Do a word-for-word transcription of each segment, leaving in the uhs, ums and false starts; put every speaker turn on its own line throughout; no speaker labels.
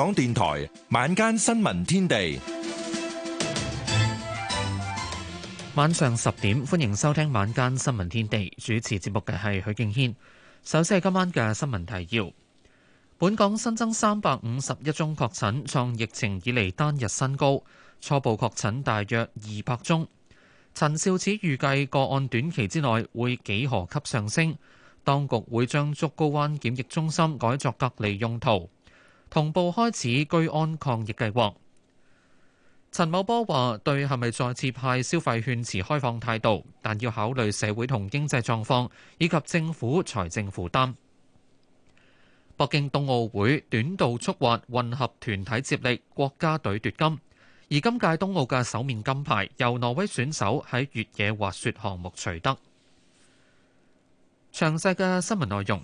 港電台晚間新聞天地，
晚上十點歡迎收聽晚間新聞天地。主持節目嘅係許敬軒。首先係今晚嘅新聞提要。本港新增三百五十一宗確診，創疫情以嚟單日新高，初步確診大約二百宗。陳肇始預計個案短期之內會幾何級上升，當局會將竹篙灣檢疫中心改作隔離用途，同步開始居安抗疫計劃。陳茂波話：對係咪再次派消費券持開放態度，但要考慮社會同經濟狀況以及政府財政負擔。北京冬奧會短道速滑混合團體接力國家隊奪金，而今屆冬奧嘅首面金牌由挪威選手喺越野滑雪項目取得。詳細嘅新聞內容。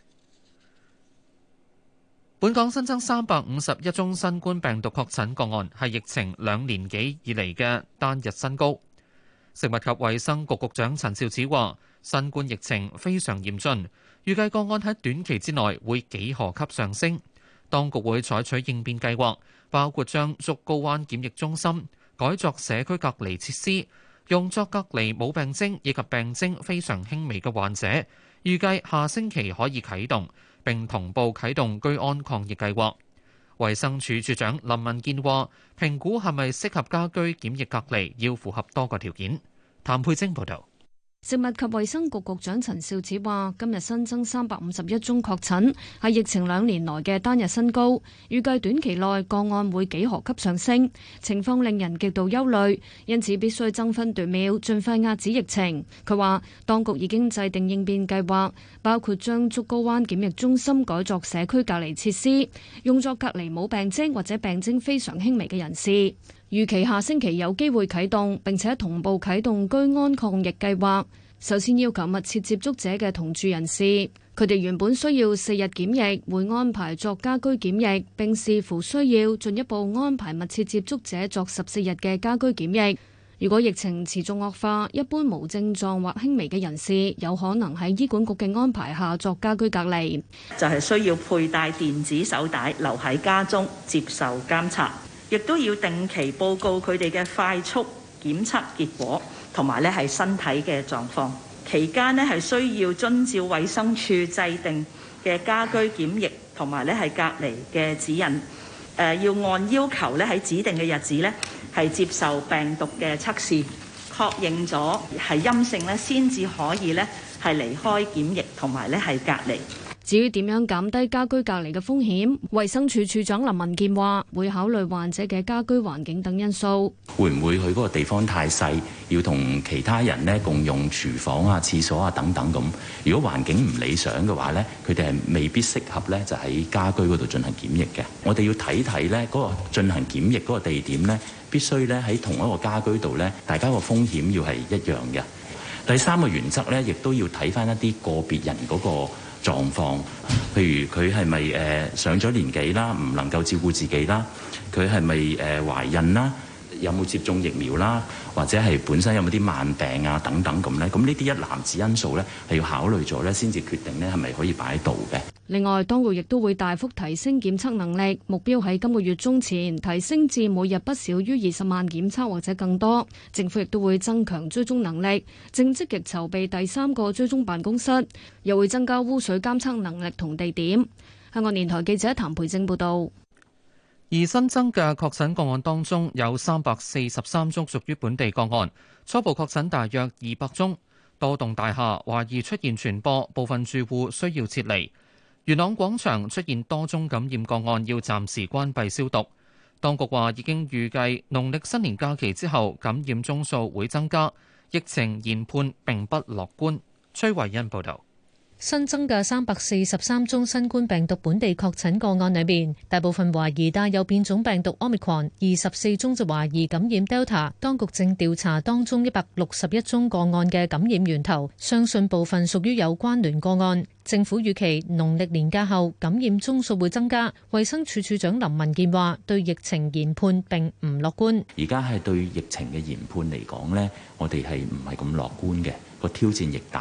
本港新增三百五十一宗新冠病毒確診個案，係疫情兩年幾以嚟嘅單日新高。食物及衛生局局長陳肇始話：新冠疫情非常嚴峻，預計個案喺短期之內會幾何級上升。當局會採取應變計劃，包括將竹篙灣檢疫中心改作社區隔離設施，用作隔離冇病徵以及病徵非常輕微嘅患者。預計下星期可以啟動，並同步啟動居安抗疫計劃。衛生署署長林文健話：評估係咪適合家居檢疫隔離，要符合多個條件。譚佩晶報導。
食物及衛生局局長陳肇始話：今日新增三百五十一宗確診，係疫情兩年來嘅單日新高。預計短期內個案會幾何級上升，情況令人極度憂慮，因此必須爭分奪秒，盡快壓止疫情。佢話：當局已經制定應變計劃，包括將竹篙灣檢疫中心改作社區隔離設施，用作隔離冇病徵或者病徵非常輕微嘅人士。預期下星期有機會啟動，並且同步啟動居安抗疫計劃。首先要求密切接觸者嘅同住人士，佢哋原本需要四日檢疫，會安排作家居檢疫，並視乎需要進一步安排密切接觸者作十四日嘅家居檢疫。如果疫情持續惡化，一般無症狀或輕微嘅人士有可能喺醫管局嘅安排下作家居隔離。
就係需要佩戴電子手帶留喺家中接受監察，亦都要定期報告佢哋嘅快速檢測結果，同埋咧係身體嘅狀況。期間咧係需要遵照衛生署制定嘅家居檢疫同埋咧係隔離嘅指引。誒、呃、要按要求咧喺指定嘅日子咧係接受病毒嘅測試，確認咗係陰性咧，先至可以咧係離開檢疫同埋咧係隔離。
至於點樣減低家居隔離嘅風險，衛生署署長林文健話會考慮患者嘅家居環境等因素。
會唔會佢嗰個地方太細，要同其他人咧共用廚房啊、廁所啊等等咁？如果環境唔理想嘅話咧，佢哋係未必適合咧就喺家居嗰度進行檢疫嘅。我哋要睇睇咧嗰個進行檢疫嗰個地點咧，必須咧喺同一個家居度咧，大家個風險要係一樣嘅。第三個原則咧，亦都要睇返一啲個別人嗰個狀況，譬如佢係咪誒上咗年紀啦，唔能夠照顧自己啦，佢係咪誒懷孕啦，有冇接種疫苗啦，或者係本身有冇啲慢病啊等等咁咧，咁呢啲一籃子因素咧係要考慮咗咧，先至決定咧係咪可以擺喺度嘅。
另外，當局亦都會大幅提升檢測能力，目標喺今個月中前提升至每日不少於二十萬檢測或者更多。政府亦都會增強追蹤能力，正積極籌備第三個追蹤辦公室，又會增加污水監測能力同地點。香港電台記者譚培正報導。
而新增嘅確診個案當中，有三百四十三宗屬於本地個案，初步確診大約二百宗。多棟大廈懷疑出現傳播，部分住戶需要撤離。元朗廣場出現多宗感染個案，要暫時關閉消毒。當局話已經預計農曆新年假期之後感染宗數會增加，疫情研判並不樂觀。崔慧欣報導。
新增嘅三百四十三宗新冠病毒本地確診個案裏面，大部分懷疑帶有變種病毒 Omicron， 二十四宗就懷疑感染 Delta。當局正調查當中一百六十一宗個案嘅感染源頭，相信部分屬於有關聯個案。政府預期農曆年假後感染宗數會增加。衛生署署長林文健話：對疫情研判並唔樂觀。
而家係對疫情嘅研判嚟講呢，我哋係唔係咁樂觀嘅，個挑戰亦大。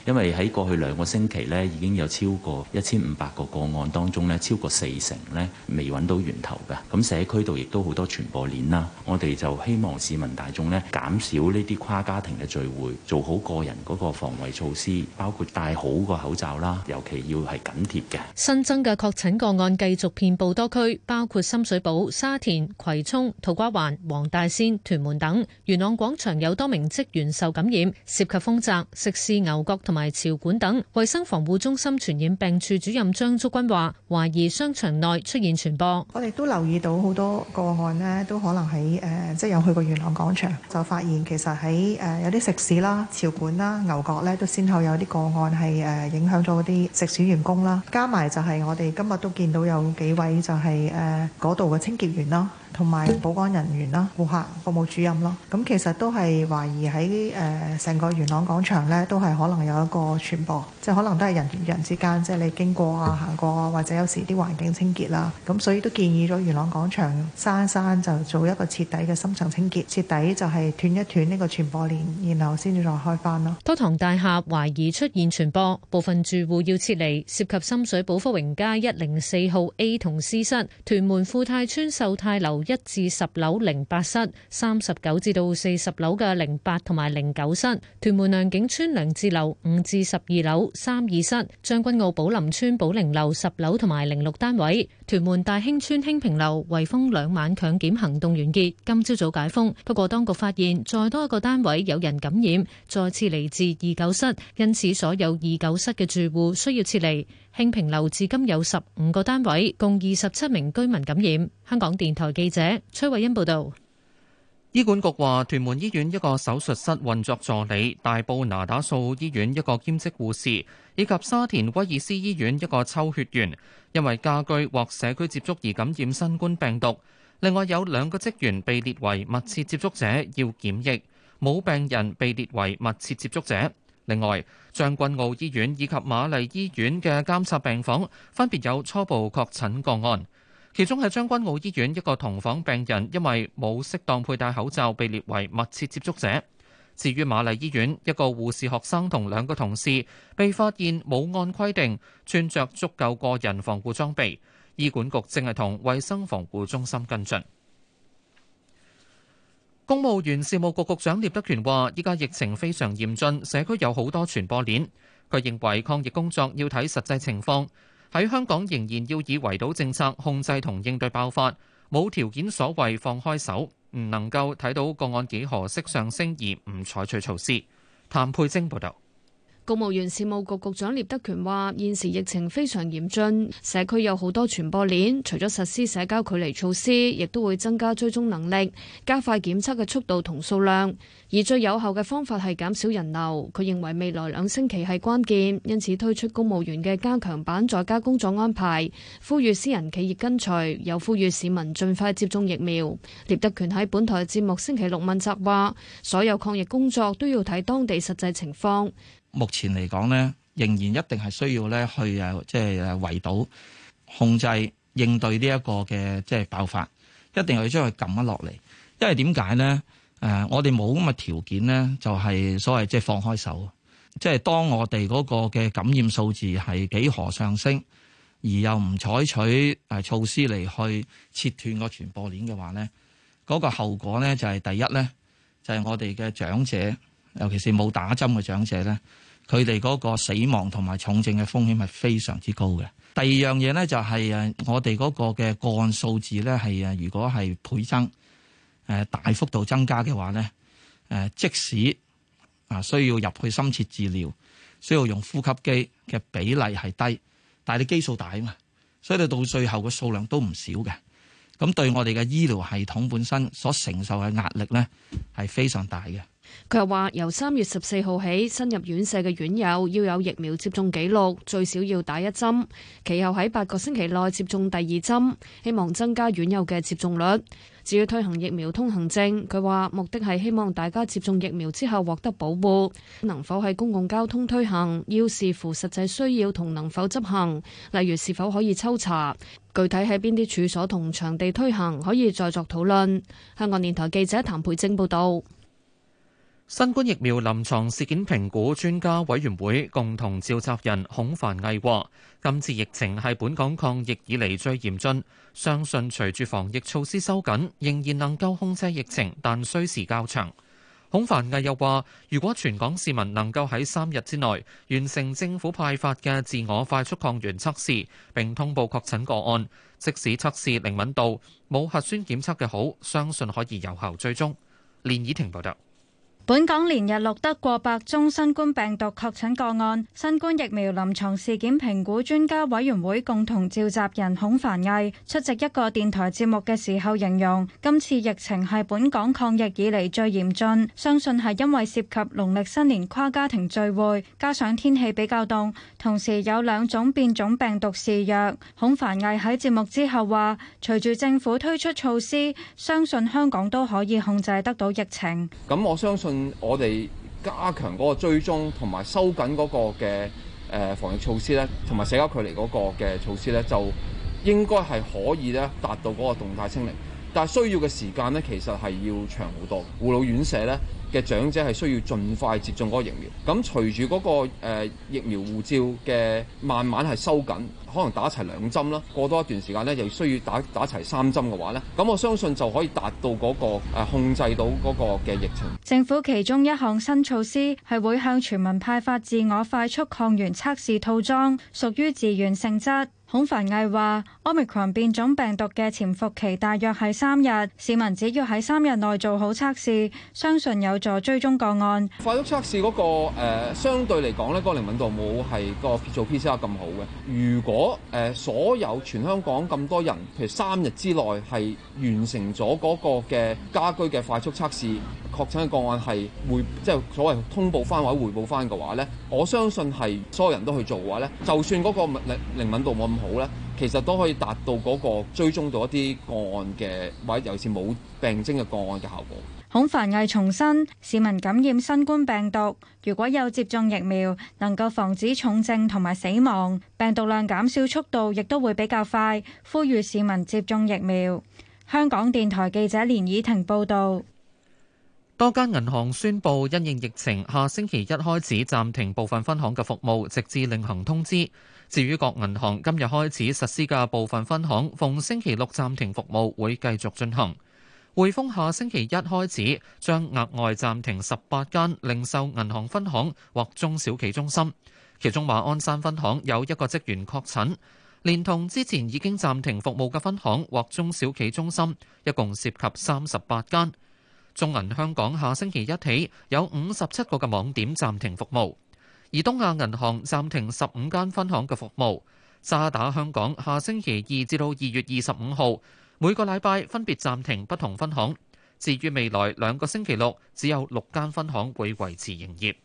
因為喺過去兩個星期呢，已經有超過一千五百個個案當中呢，超過四成呢未揾到源頭嘅。咁社區度亦都好多傳播鏈啦。我哋就希望市民大眾呢減少呢啲跨家庭嘅聚會，做好個人嗰個防衛措施，包括戴好個口罩啦，尤其要係緊貼嘅。
新增嘅確診個案繼續遍佈多區，包括深水埗、沙田、葵涌、土瓜灣、黃大仙、屯門等。元朗廣場有多名職員受感染，涉及豐澤、食肆牛角同埋潮館等。衛生防護中心傳染病處主任張竹君話，懷疑商場內出現傳播。
我哋都留意到好多個案呢，都可能喺誒、呃，即係有去過元朗廣場，就發現其實喺誒、呃、有啲食肆啦、潮館啦、牛角咧，都先後有啲個案係誒、呃、影響咗嗰啲食肆員工啦。加埋就係我哋今日都見到有幾位就係誒嗰度嘅清潔員啦，同埋保安人員啦、顧客服務主任咯。咁其實都係懷疑喺誒成個元朗廣場咧，都係可能有一個傳播，即係可能都係人與人之間，即係你經過啊、行過啊，或者有時啲環境清潔啦。咁所以都建議咗元朗廣場閂一閂，就做一個徹底嘅深層清潔，徹底就係斷一斷呢個傳播鏈，然後先至再開翻咯。
多幢大廈懷疑出現傳播，部分住戶要撤離，涉及深水埗福榮街一零四號 A 同 C 室、屯門富泰邨秀泰樓一至十樓零八室、三十九至到四十樓嘅零八同埋零九室、屯門良景邨良智樓五至十二樓三二室、將軍澳寶林邨寶寧樓十樓同埋零六單位、屯門大興邨興平樓圍封兩晚強檢行動完結，今朝早解封。不過當局發現再多一個單位有人感染，再次嚟自二九室，因此所有二九室嘅住戶需要撤離。興平樓至今有十五個單位，共二十七名居民感染。香港電台記者崔慧欣報道。
醫管局話，屯門醫院一個手術室運作助理、大埔那打素醫院一個兼職護士，以及沙田威爾斯醫院一個抽血員，因為家居或社區接觸而感染新冠病毒。另外有兩個職員被列為密切接觸者，要檢疫，冇病人被列為密切接觸者。另外，將軍澳醫院以及瑪麗醫院嘅監察病房分別有初步確診個案，其中係將軍澳醫院一個同房病人因為冇適當佩戴口罩被列為密切接觸者。至於瑪麗醫院一個護士學生同兩個同事被發現冇按規定穿着足夠個人防護裝備，醫管局正係同衛生防護中心跟進。公務員事務局局長聶德權話，依家疫情非常嚴峻，社區有好多傳播鏈。佢認為抗疫工作要睇實際情況，喺香港仍然要以圍堵政策控制同應對爆發，冇條件所謂放開手，唔能夠睇到個案幾何式上升而唔採取措施。譚佩晶報導。
公務員事務局局長聶德權話：現時疫情非常嚴峻，社區有好多傳播鏈，除咗實施社交距離措施，亦都會增加追蹤能力，加快檢測嘅速度同數量。而最有效嘅方法係減少人流。佢認為未來兩星期係關鍵，因此推出公務員嘅加強版在家工作安排，呼籲私人企業跟隨，又呼籲市民盡快接種疫苗。聶德權喺本台節目星期六問責話：所有抗疫工作都要睇當地實際情況。
目前嚟講呢，仍然一定係需要咧去誒，即係誒圍堵、控制、應對呢一個嘅即係爆發，一定要將佢撳一落嚟。因為點解呢？誒，我哋冇咁嘅條件呢，就係所謂即係放開手。即係當我哋嗰個嘅感染數字係幾何上升，而又唔採取誒措施嚟去切斷個傳播鏈嘅話呢，嗰個後果呢就係第一呢，就係我哋嘅長者，尤其是冇打針嘅長者呢。佢哋嗰個死亡同埋重症嘅風險係非常之高嘅。第二樣嘢咧就係誒，我哋嗰個嘅個案數字咧係誒，如果係倍增誒大幅度增加嘅話咧誒，即使啊需要入去深切治療，需要用呼吸機嘅比例係低，但係你基數大啊嘛，所以你到最後嘅數量都唔少嘅。咁對我哋嘅醫療系統本身所承受嘅壓力咧係非常大嘅。
佢又話：由三月十四號起，新入院舍嘅院友要有疫苗接種記錄，最少要打一針。其後喺八個星期內接種第二針，希望增加院友嘅接種率。至於推行疫苗通行證，佢話目的係希望大家接種疫苗之後獲得保護。能否喺公共交通推行，要視乎實際需要同能否執行，例如是否可以抽查。具體喺邊啲處所同場地推行，可以再作討論。香港電台記者譚培正報導。
新冠疫苗臨床事件評估專家委員會共同召集人孔繁毅話：今次疫情係本港抗疫以嚟最嚴峻，相信隨住防疫措施收緊，仍然能夠控制疫情，但需時較長。孔繁毅又話：如果全港市民能夠喺三日之內完成政府派發嘅自我快速抗原測試，並通報確診個案，即使測試靈敏度冇核酸檢測嘅好，相信可以有效追蹤。連倚婷報道。
本港連日錄得過百宗新冠病毒確診個案，新冠疫苗臨床事件評估專家委員會共同召集人孔繁毅出席一個電台節目嘅時候形容，今次疫情係本港抗疫以嚟最嚴峻，相信係因為涉及農曆新年跨家庭聚會，加上天氣比較凍，同時有兩種變種病毒肆虐。孔繁毅喺節目之後話，隨住政府推出措施，相信香港都可以控制得到疫情。
咁我相信我哋加強嗰個追蹤同埋收緊嗰個嘅誒防疫措施咧，同埋社交距離嗰個嘅措施咧，就應該係可以咧達到嗰個動態清零。但係需要嘅時間咧，其實係要長好多。護老院舍咧嘅長者係需要盡快接種嗰個疫苗。咁隨住嗰個、呃、疫苗護照嘅慢慢係收緊，可能打齊兩針啦。過多一段時間咧，又需要打打齊三針嘅話咧，咁我相信就可以達到嗰、嗰個、呃、控制到嗰個嘅疫情。
政府其中一項新措施係會向全民派發自我快速抗原測試套裝，屬於自願性質。孔繁毅話 Omicron 變種病毒嘅潛伏期大約係三日，市民只要喺三日內做好測試，相信有助追蹤個案。
快速測試嗰、嗰個誒、呃、相對嚟講咧，嗰、嗰個靈敏度冇係個做 P C R 咁好嘅。如果誒、呃、所有全香港咁多人，譬如三日之內係完成咗嗰個嘅家居嘅快速測試，確診嘅個案係會即係所謂通報翻或者匯報翻嘅話咧，我相信係所有人都去做嘅話咧，就算嗰個靈靈敏度冇咁好咧，其實都可以達到嗰個追蹤到一啲個案嘅，或者尤其是冇病徵嘅個案嘅效果。
孔繁毅重申，市民感染新冠病毒，如果有接種疫苗，能夠防止重症同埋死亡，病毒量減少速度亦都會比較快。呼籲市民接種疫苗。香港電台記者連倚婷報導。
多間銀行宣布因應疫情，下星期一開始暫停部分分行嘅服務，直至另行通知。至於各銀行今日開始實施嘅部分分行逢星期六暫停服務，會繼續進行。匯豐下星期一開始將額外暫停十八間零售銀行分行或中小企中心，其中馬鞍山分行有一個職員確診，連同之前已經暫停服務嘅分行或中小企中心，一共涉及三十八間。中銀香港下星期一起有五十七個嘅網點暫停服務，而東亞銀行暫停十五間分行嘅服務。渣打香港下星期二至到二月二十五號每個禮拜分別暫停不同分行。至於未來兩個星期六，只有六間分行會維持營業。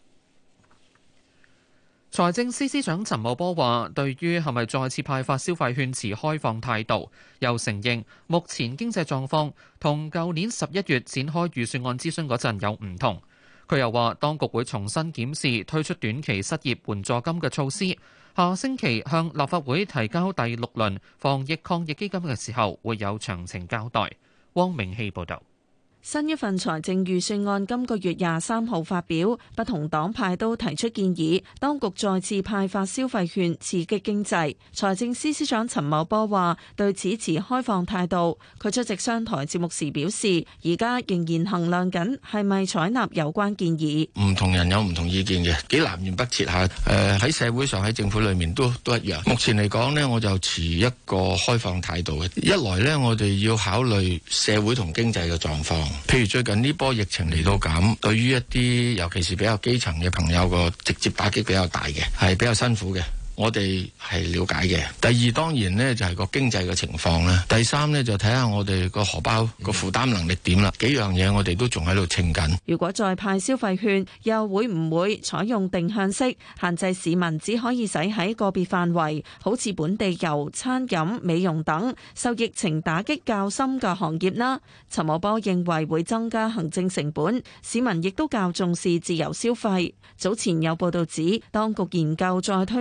財政司司長陳茂波話，對於係咪再次派發消費券持開放態度，又承認目前經濟狀況同舊年十一月展開預算案諮詢嗰陣有唔同。佢又話，當局會重新檢視推出短期失業援助金嘅措施，下星期向立法會提交第六輪防疫抗疫基金嘅時候會有詳情交代。汪明希報導。
新一份財政預算案今個月廿三號發表，不同黨派都提出建議，當局再次派發消費券刺激經濟。財政司司長陳茂波話對此持開放態度。佢出席商台節目時表示，而家仍然衡量緊係咪採納有關建議。
唔同人有唔同意見嘅，幾南轅北轍下。誒、呃、喺社會上喺政府裏面都都一樣。目前嚟講呢，我就持一個開放態度嘅。一來呢，我哋要考慮社會同經濟嘅狀況。譬如最近呢波疫情嚟到咁，對於一啲尤其是比較基層嘅朋友個直接打擊比較大嘅，係比較辛苦嘅。我哋係了解嘅。第二當然呢，就係個經濟嘅情況啦。第三呢，就睇下我哋個荷包個負擔能力點啦。幾樣嘢我哋都仲喺度稱緊。
如果再派消費券，又會唔會採用定向式，限制市民只可以使喺個別範圍，好似本地遊、餐飲、美容等受疫情打擊較深嘅行業呢？陳茂波認為會增加行政成本，市民亦都較重視自由消費。早前有報道指，當局研究再推消費券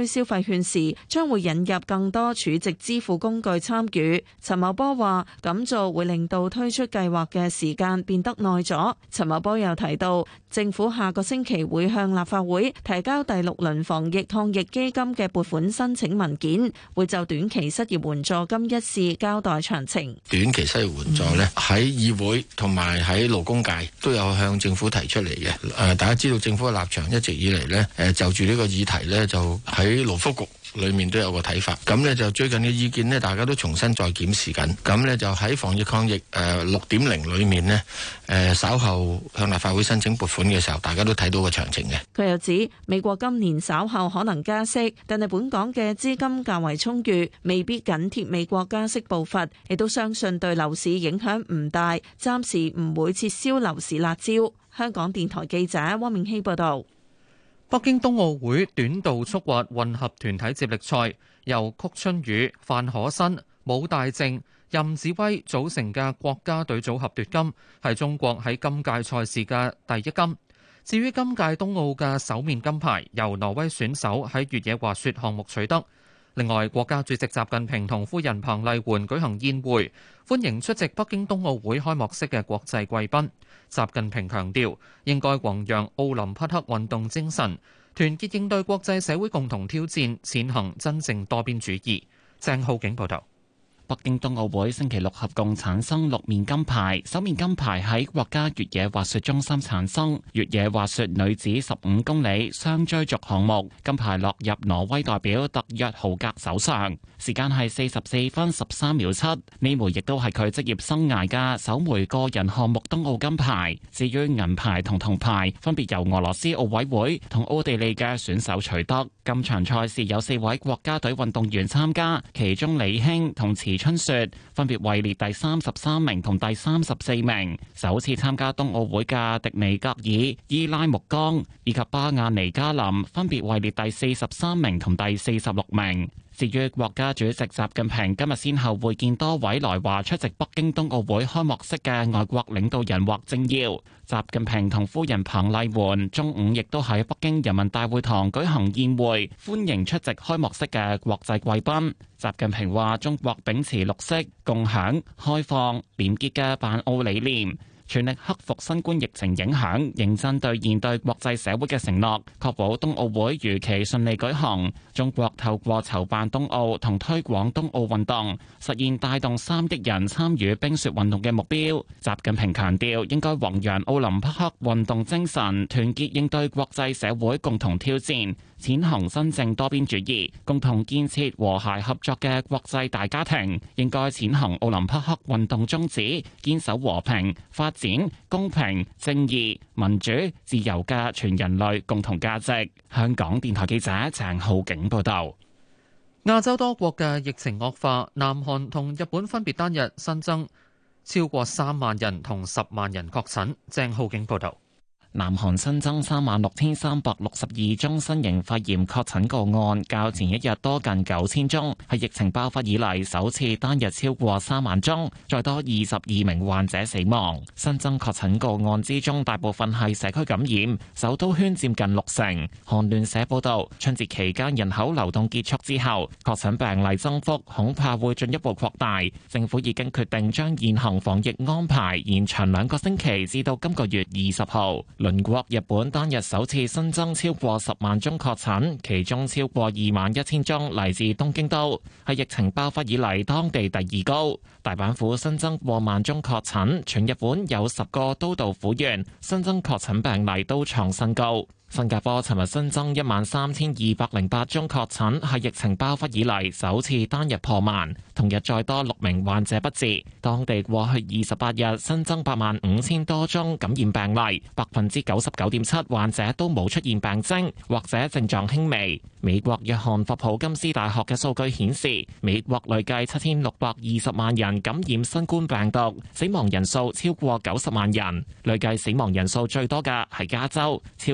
券時，將會引入更多儲值支付工具參與。陳茂波話：咁做會令到推出計劃嘅時間變得耐咗。陳茂波又提到，政府下個星期會向立法會提交第六輪防疫抗疫基金嘅撥款申請文件，會就短期失業援助金一事交代詳情。
短期失業援助呢，喺議會同埋喺勞工界都有向政府提出嚟嘅。誒，大家知道政府嘅立場一直以嚟呢，誒就住呢個議題呢，就喺勞福局裏面都有個睇法，咁呢，就最近嘅意見呢，大家都重新再檢視緊，咁呢，就喺防疫抗疫誒六點零裏面呢，誒稍後向立法會申請撥款嘅時候，大家都睇到個詳情嘅。
佢又指美國今年稍後可能加息，但係本港嘅資金較為充裕，未必緊貼美國加息步伐，亦都相信對樓市影響唔大，暫時唔會撤銷樓市辣招。香港電台記者汪明希報導。
北京冬奧會短道速滑混合團體接力賽，由曲春雨、范可新、武大正、任子威組成嘅國家隊組合奪金，係中國喺今屆賽事嘅第一金。至於今屆冬奧嘅首面金牌，由挪威選手喺越野滑雪項目取得。另外，國家主席習近平同夫人彭麗媛舉行宴會，歡迎出席北京冬奧會開幕式嘅國際貴賓。習近平強調，應該弘揚奧林匹克運動精神，團結應對國際社會共同挑戰，踐行真正多邊主義。鄭浩景報道。
北京冬奧會星期六合共產生六面金牌，首面金牌喺國家越野滑雪中心產生，越野滑雪女子十五公里雙追逐項目，金牌落入挪威代表特約豪格手上，時間係四十四分十三秒七，呢枚亦都係佢職業生涯嘅首枚個人項目冬奧金牌。至於銀牌同銅牌，分別由俄羅斯奧委會同奧地利嘅選手取得。今場賽事有四位國家隊運動員參加，其中李興同池春雪分別位列第三十三名同第三十四名。首次參加冬奧會嘅迪尼格爾、伊拉木江以及巴亞尼加林分別位列第四十三名同第四十六名。至於國家主席習近平今日先後會見多位來華出席北京冬奧會開幕式嘅外國領導人或政要。習近平同夫人彭麗媛中午亦都喺北京人民大會堂舉行宴會，歡迎出席開幕式嘅國際貴賓。習近平話：中國秉持綠色、共享、開放、廉潔嘅辦奧理念，全力克服新冠疫情影響，認真兌現對國際社會嘅承諾，確保冬奧會如期順利舉行。中國透過籌辦冬奧同推廣冬奧運動，實現帶動三億人參與冰雪運動嘅目標。習近平強調，應該弘揚奧林匹克運動精神，團結應對國際社會共同挑戰，踐行真正多邊主義，共同建設和諧合作嘅國際大家庭。應該踐行奧林匹克運動宗旨，堅守和平、發展、公平、正義、民主、自由嘅全人類共同價值。香港電台記者鄭浩景報道。
亞洲多國嘅疫情惡化，南韓同日本分別單日新增超過三萬人同十萬人確診。鄭浩景報道。
南韓新增三萬六千三百六十二宗新型肺炎確診個案，較前一日多近九千宗，係疫情爆發以嚟首次單日超過三萬宗，再多二十二名患者死亡。新增確診個案之中，大部分係社區感染，首都圈佔近六成。韓聯社報道，春節期間人口流動結束之後，確診病例增幅恐怕會進一步擴大。政府已經決定將現行防疫安排延長兩個星期，至到今個月二十號。鄰國日本單日首次新增超過十萬宗確診，其中超過二萬一千宗嚟自東京都，係疫情爆發以嚟當地第二高。大阪府新增過萬宗確診，全日本有十個都道府縣新增確診病例都創新高。新加坡尋日新增一萬三千二百零八宗確診，係疫情爆發以嚟首次單日破萬。同日再多六名患者不治。當地過去二十八日新增八萬五千多宗感染病例，百分之九十九點七患者都冇出現病徵或者症狀輕微。美國約翰霍普金斯大學嘅數據顯示，美國累計七千六百二十萬人感染新冠病毒，死亡人數超過九十萬人。累計死亡人數最多嘅係加州，超過百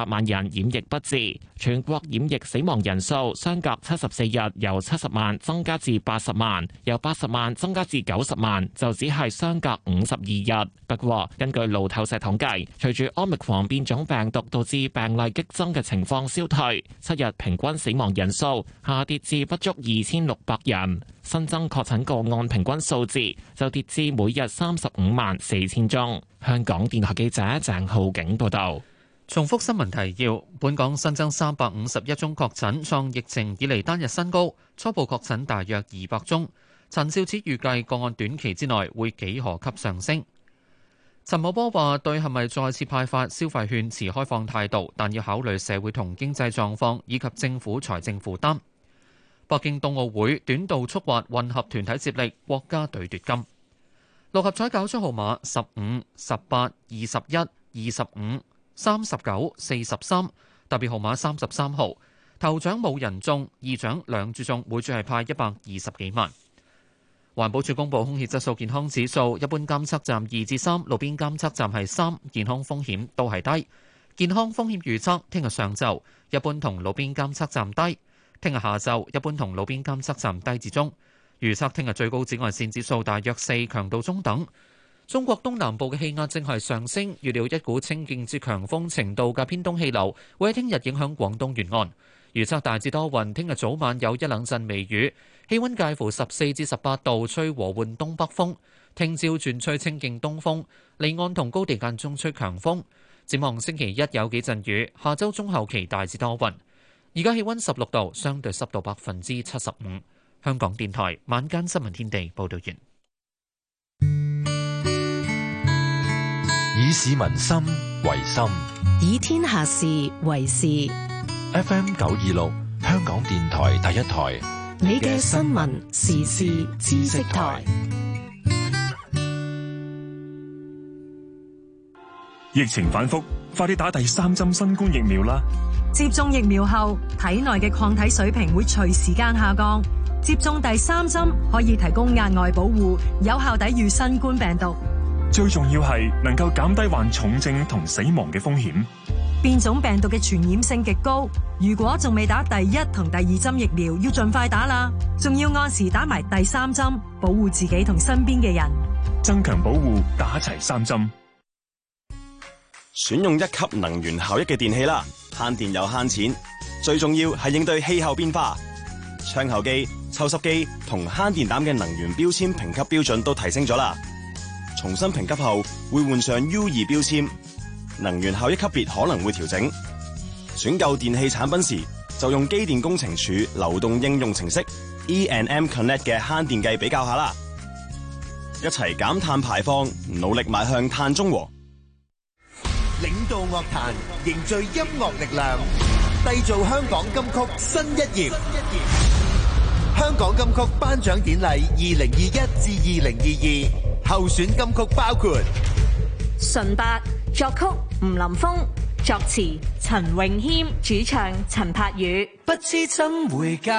八萬人染疫不治，全國染疫死亡人數相隔七十四日由七十萬增加至八十萬，由八十萬增加至九十萬，就只係相隔五十二日。不過，根據路透社統計，隨住 Omicron 變種病毒導致病例激增嘅情況消退，七日平均死亡人數下跌至不足二千六百人，新增確診個案平均數字就跌至每日三十五萬四千宗。香港電台記者鄭浩景報道。
重複新聞提要：本港新增三百五十一宗確診，創疫情以嚟單日新高，初步確診大約二百宗。陳肇始預計個案短期之內會幾何級上升。陳茂波話：對係咪再次派發消費券持開放態度，但要考慮社會同經濟狀況以及政府財政負擔。北京冬奧會短道速滑混合團體接力，國家隊奪金。六合彩攪出號碼十五、十八、二十一、二十五、三十九、四十三，特別號碼三十三號。頭獎冇人中，二獎兩注中，每注係派一百二十幾萬。環保署公布空氣質素健康指數，一般監測站二至三，路邊監測站係三，健康風險都係低。健康風險預測，聽日上晝一般同路邊監測站低，聽日下晝一般同路邊監測站低至中。預測聽日最高紫外線指數大約四，強度中等。中國東南部嘅氣壓正係上升，預料一股清勁至強風程度嘅偏東氣流會喺聽日影響廣東沿岸。預測大致多雲，聽日早晚有一兩陣微雨，氣溫介乎十四至十八度，吹和緩東北風。聽朝轉吹清勁東風，離岸同高地間中吹強風。展望星期一有幾陣雨，下周中後期大致多雲。而家氣溫十六度，相對濕度百分之七十五。香港電台晚間新聞天地報道完。
以市民心為心，
以天下事為事。
F M 九二六，香港電台第一台，
你嘅新聞時事知識台。
疫情反覆，快啲打第三針新冠疫苗啦！
接種疫苗後，體內嘅抗體水平會隨時間下降。接種第三針可以提供額外保護，有效抵禦新冠病毒。
最重要係能夠減低患重症同死亡嘅風險。
變種病毒嘅傳染性極高，如果仲未打第一同第二針疫苗，要盡快打啦。仲要按時打埋第三針，保護自己同身邊嘅人。
增強保護，打齊三針。
選用一級能源效益嘅電器啦，慳電又慳錢。最重要係應對氣候變化。窗口機、抽濕機同慳電膽嘅能源標籤評級標準都提升咗啦。重新評級後會換上 U 二標籤，能源效益級別可能會調整。選購電器產品時就用機電工程署流動應用程式 E and M Connect 嘅慳電計比較下啦。一齊減碳排放，努力邁向碳中和。
領導樂壇，凝聚音樂力量，締造香港金曲新一頁。香港金曲頒獎典禮二零二一至二零二二候選金曲包括《
純白》，作曲吳林峰，作詞陳詠謙，主唱陳柏宇。
不知怎回家，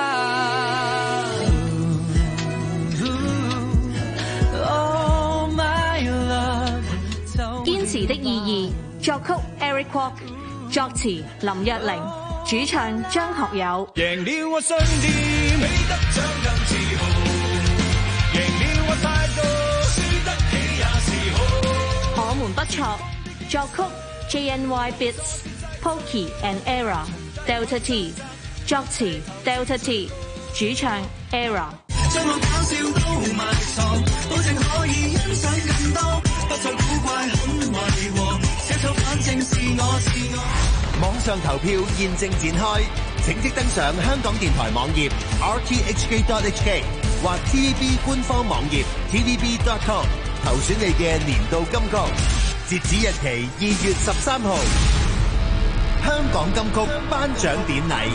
堅持的意義，作曲 Eric Kwok， 作詞林若寧，主唱張學友。
贏了我信念，起得獎更自豪，贏了我態度，輸得起也是好。
我們不錯，作曲 J N Y Beats、Pokey and Era、Delta T， 作詞 Delta T， 主唱 Era。
將我搞笑都埋藏，保證可以欣賞更多，不再古怪很違和，寫錯反正是我是我。
網上投票現正展開，請即登上香港電台網頁 r t h k dot h k 或 T V B 官方網頁 t v b dot com 投選你嘅年度金曲，截止日期二月十三號。香港金曲頒獎典禮。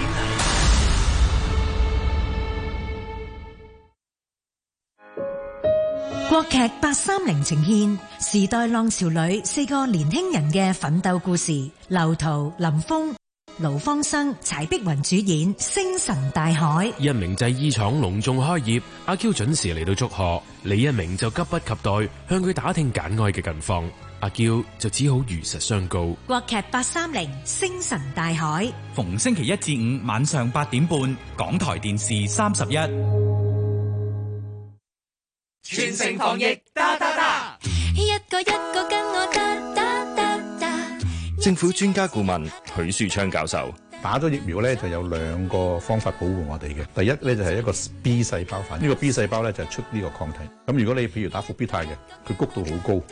國劇八三零呈現時代浪潮裏四個年輕人嘅奮鬥故事。劉濤、林峰、 盧芳生、柴碧雲主演《星辰大海》。
一名製衣廠隆重開業，阿 Q 準時嚟到祝賀，李一鳴就急不及待向佢打聽簡愛嘅近況，阿 Q 就只好如實相告。
國劇八三零《星辰大海》，
逢星期一至五晚上八點半，港台電視三十一。
全城防疫，噠噠噠，一個一個跟我噠噠噠噠。
政府專家顧問許樹昌教授。
打咗疫苗咧就有兩個方法保護我哋嘅，第一咧就係一個 B 細胞反應，呢個 B 細胞咧就係出呢個抗體。咁如果你譬如打復必泰嘅，佢谷度好高，